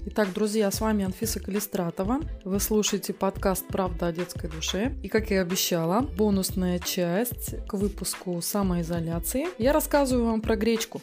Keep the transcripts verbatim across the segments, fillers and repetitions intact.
Итак, друзья, с вами Анфиса Калистратова. Вы слушаете подкаст «Правда о детской душе». И, как я и обещала, бонусная часть к выпуску самоизоляции. Я рассказываю вам про гречку.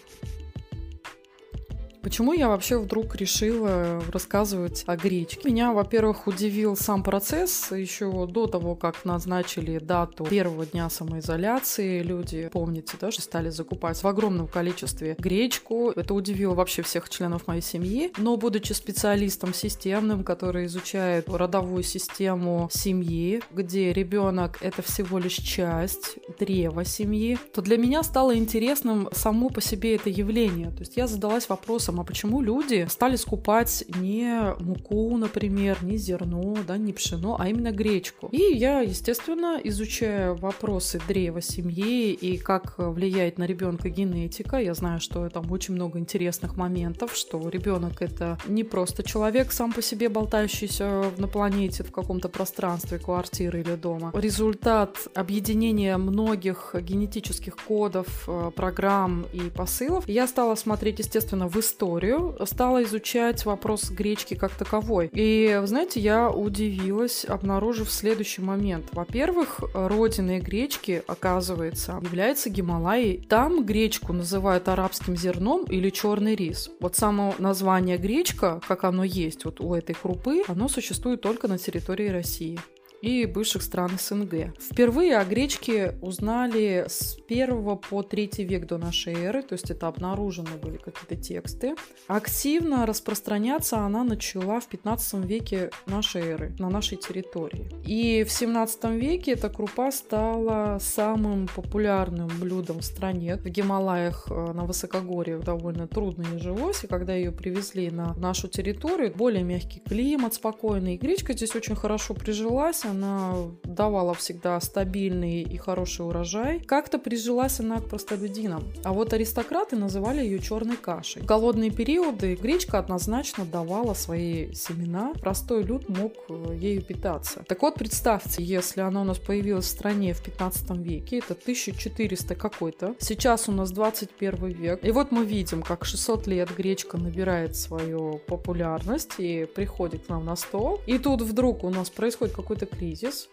Почему я вообще вдруг решила рассказывать о гречке? Меня, во-первых, удивил сам процесс. Еще до того, как назначили дату первого дня самоизоляции, люди, помните, да, что стали закупать в огромном количестве гречку. Это удивило вообще всех членов моей семьи. Но, будучи специалистом системным, который изучает родовую систему семьи, где ребенок — это всего лишь часть древа семьи, то для меня стало интересным само по себе это явление. То есть я задалась вопросом, а почему люди стали скупать не муку, например, не зерно, да, не пшено, а именно гречку. И я, естественно, изучая вопросы древа семьи и как влияет на ребенка генетика, я знаю, что там очень много интересных моментов, что ребенок — это не просто человек сам по себе, болтающийся на планете в каком-то пространстве, квартиры или дома. Результат объединения многих генетических кодов, программ и посылов. Я стала смотреть, естественно, в историю, стала изучать вопрос гречки как таковой. И, знаете, я удивилась, обнаружив следующий момент. Во-первых, родиной гречки, оказывается, является Гималаи. Там гречку называют арабским зерном или черный рис. Вот само название гречка, как оно есть вот у этой крупы, оно существует только на территории России и бывших стран СНГ. Впервые о гречке узнали с первого по третий век до нашей эры, то есть это обнаружены были какие-то тексты. Активно распространяться она начала в пятнадцатом веке нашей эры на нашей территории. И в семнадцатом веке эта крупа стала самым популярным блюдом в стране. В Гималаях, на высокогорьях довольно трудно ей жилось, и когда ее привезли на нашу территорию, более мягкий климат, спокойный, и гречка здесь очень хорошо прижилась. Она давала всегда стабильный и хороший урожай. Как-то прижилась она к простолюдинам. А вот аристократы называли ее черной кашей. В голодные периоды гречка однозначно давала свои семена. Простой люд мог ею питаться. Так вот, представьте, если она у нас появилась в стране в пятнадцатом веке, это тысяча четыреста какой-то. Сейчас у нас двадцать первый век. И вот мы видим, как шестьсот лет гречка набирает свою популярность и приходит к нам на стол. И тут вдруг у нас происходит какой-то кризис. Кризис.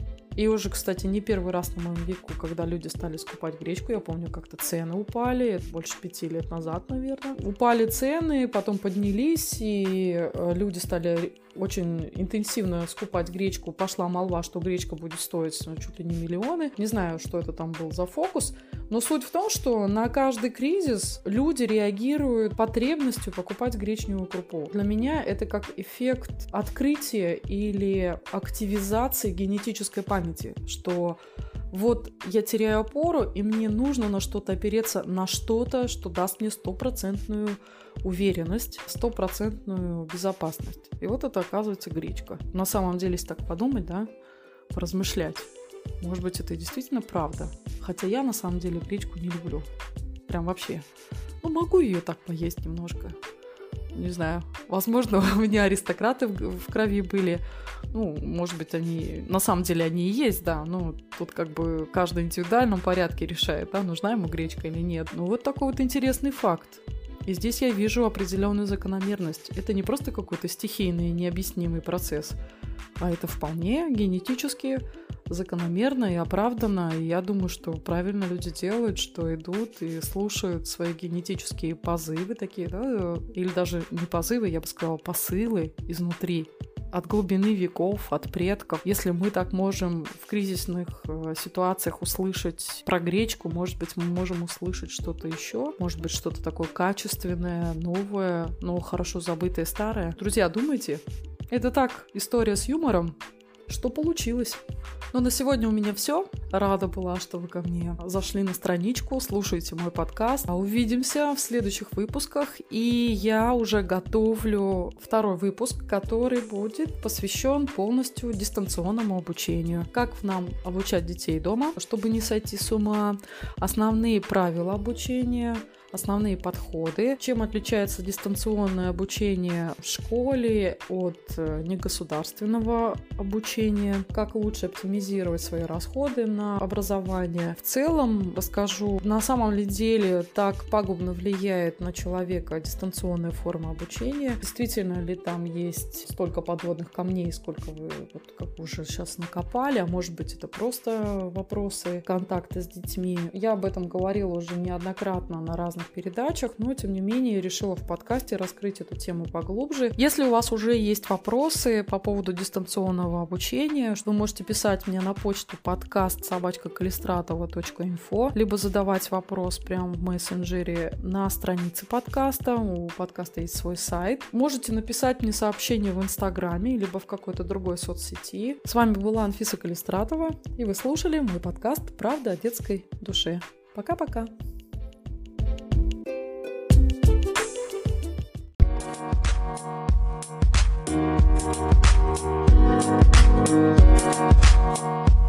И уже, кстати, не первый раз на моем веку, когда люди стали скупать гречку, я помню, как-то цены упали, это больше пяти лет назад, наверное. Упали цены, потом поднялись, и люди стали очень интенсивно скупать гречку. Пошла молва, что гречка будет стоить ну, чуть ли не миллионы. Не знаю, что это там был за фокус, но суть в том, что на каждый кризис люди реагируют потребностью покупать гречневую крупу. Для меня это как эффект открытия или активизации генетической памяти, что вот я теряю опору, и мне нужно на что-то опереться, на что-то, что даст мне стопроцентную уверенность, стопроцентную безопасность. И вот это оказывается гречка. На самом деле, если так подумать, да, поразмышлять, может быть, это и действительно правда. Хотя я на самом деле гречку не люблю. Прям вообще. Ну, могу ее так поесть немножко. Не знаю. Возможно, у меня аристократы в, в крови были. Ну, может быть, они... На самом деле они и есть, да. Ну, тут как бы каждый в индивидуальном порядке решает, да, нужна ему гречка или нет. Ну, вот такой вот интересный факт. И здесь я вижу определенную закономерность. Это не просто какой-то стихийный, необъяснимый процесс, а это вполне генетически закономерно и оправданно. И я думаю, что правильно люди делают, что идут и слушают свои генетические позывы такие, да, или даже не позывы, я бы сказала, посылы изнутри. От глубины веков, от предков. Если мы так можем в кризисных э, ситуациях услышать про гречку, может быть, мы можем услышать что-то еще, может быть, что-то такое качественное, новое, но хорошо забытое, старое. Друзья, думайте, это так, история с юмором, что получилось. Но на сегодня у меня все. Рада была, что вы ко мне зашли на страничку, слушаете мой подкаст. Увидимся в следующих выпусках. И я уже готовлю второй выпуск, который будет посвящен полностью дистанционному обучению. Как нам обучать детей дома, чтобы не сойти с ума, основные правила обучения, основные подходы, чем отличается дистанционное обучение в школе от негосударственного обучения, как лучше оптимизировать свои расходы на образование. В целом расскажу, на самом ли деле так пагубно влияет на человека дистанционная форма обучения, действительно ли там есть столько подводных камней, сколько вы вот, как уже сейчас накопали, а может быть это просто вопросы контакта с детьми. Я об этом говорила уже неоднократно на разных передачах, но тем не менее решила в подкасте раскрыть эту тему поглубже. Если у вас уже есть вопросы по поводу дистанционного обучения, вы можете писать мне на почту подкаст собачка калистратова точка инфо, либо задавать вопрос прямо в мессенджере на странице подкаста. У подкаста есть свой сайт. Можете написать мне сообщение в Инстаграме, либо в какой-то другой соцсети. С вами была Анфиса Калистратова, и вы слушали мой подкаст «Правда о детской душе». Пока-пока! We'll be right back.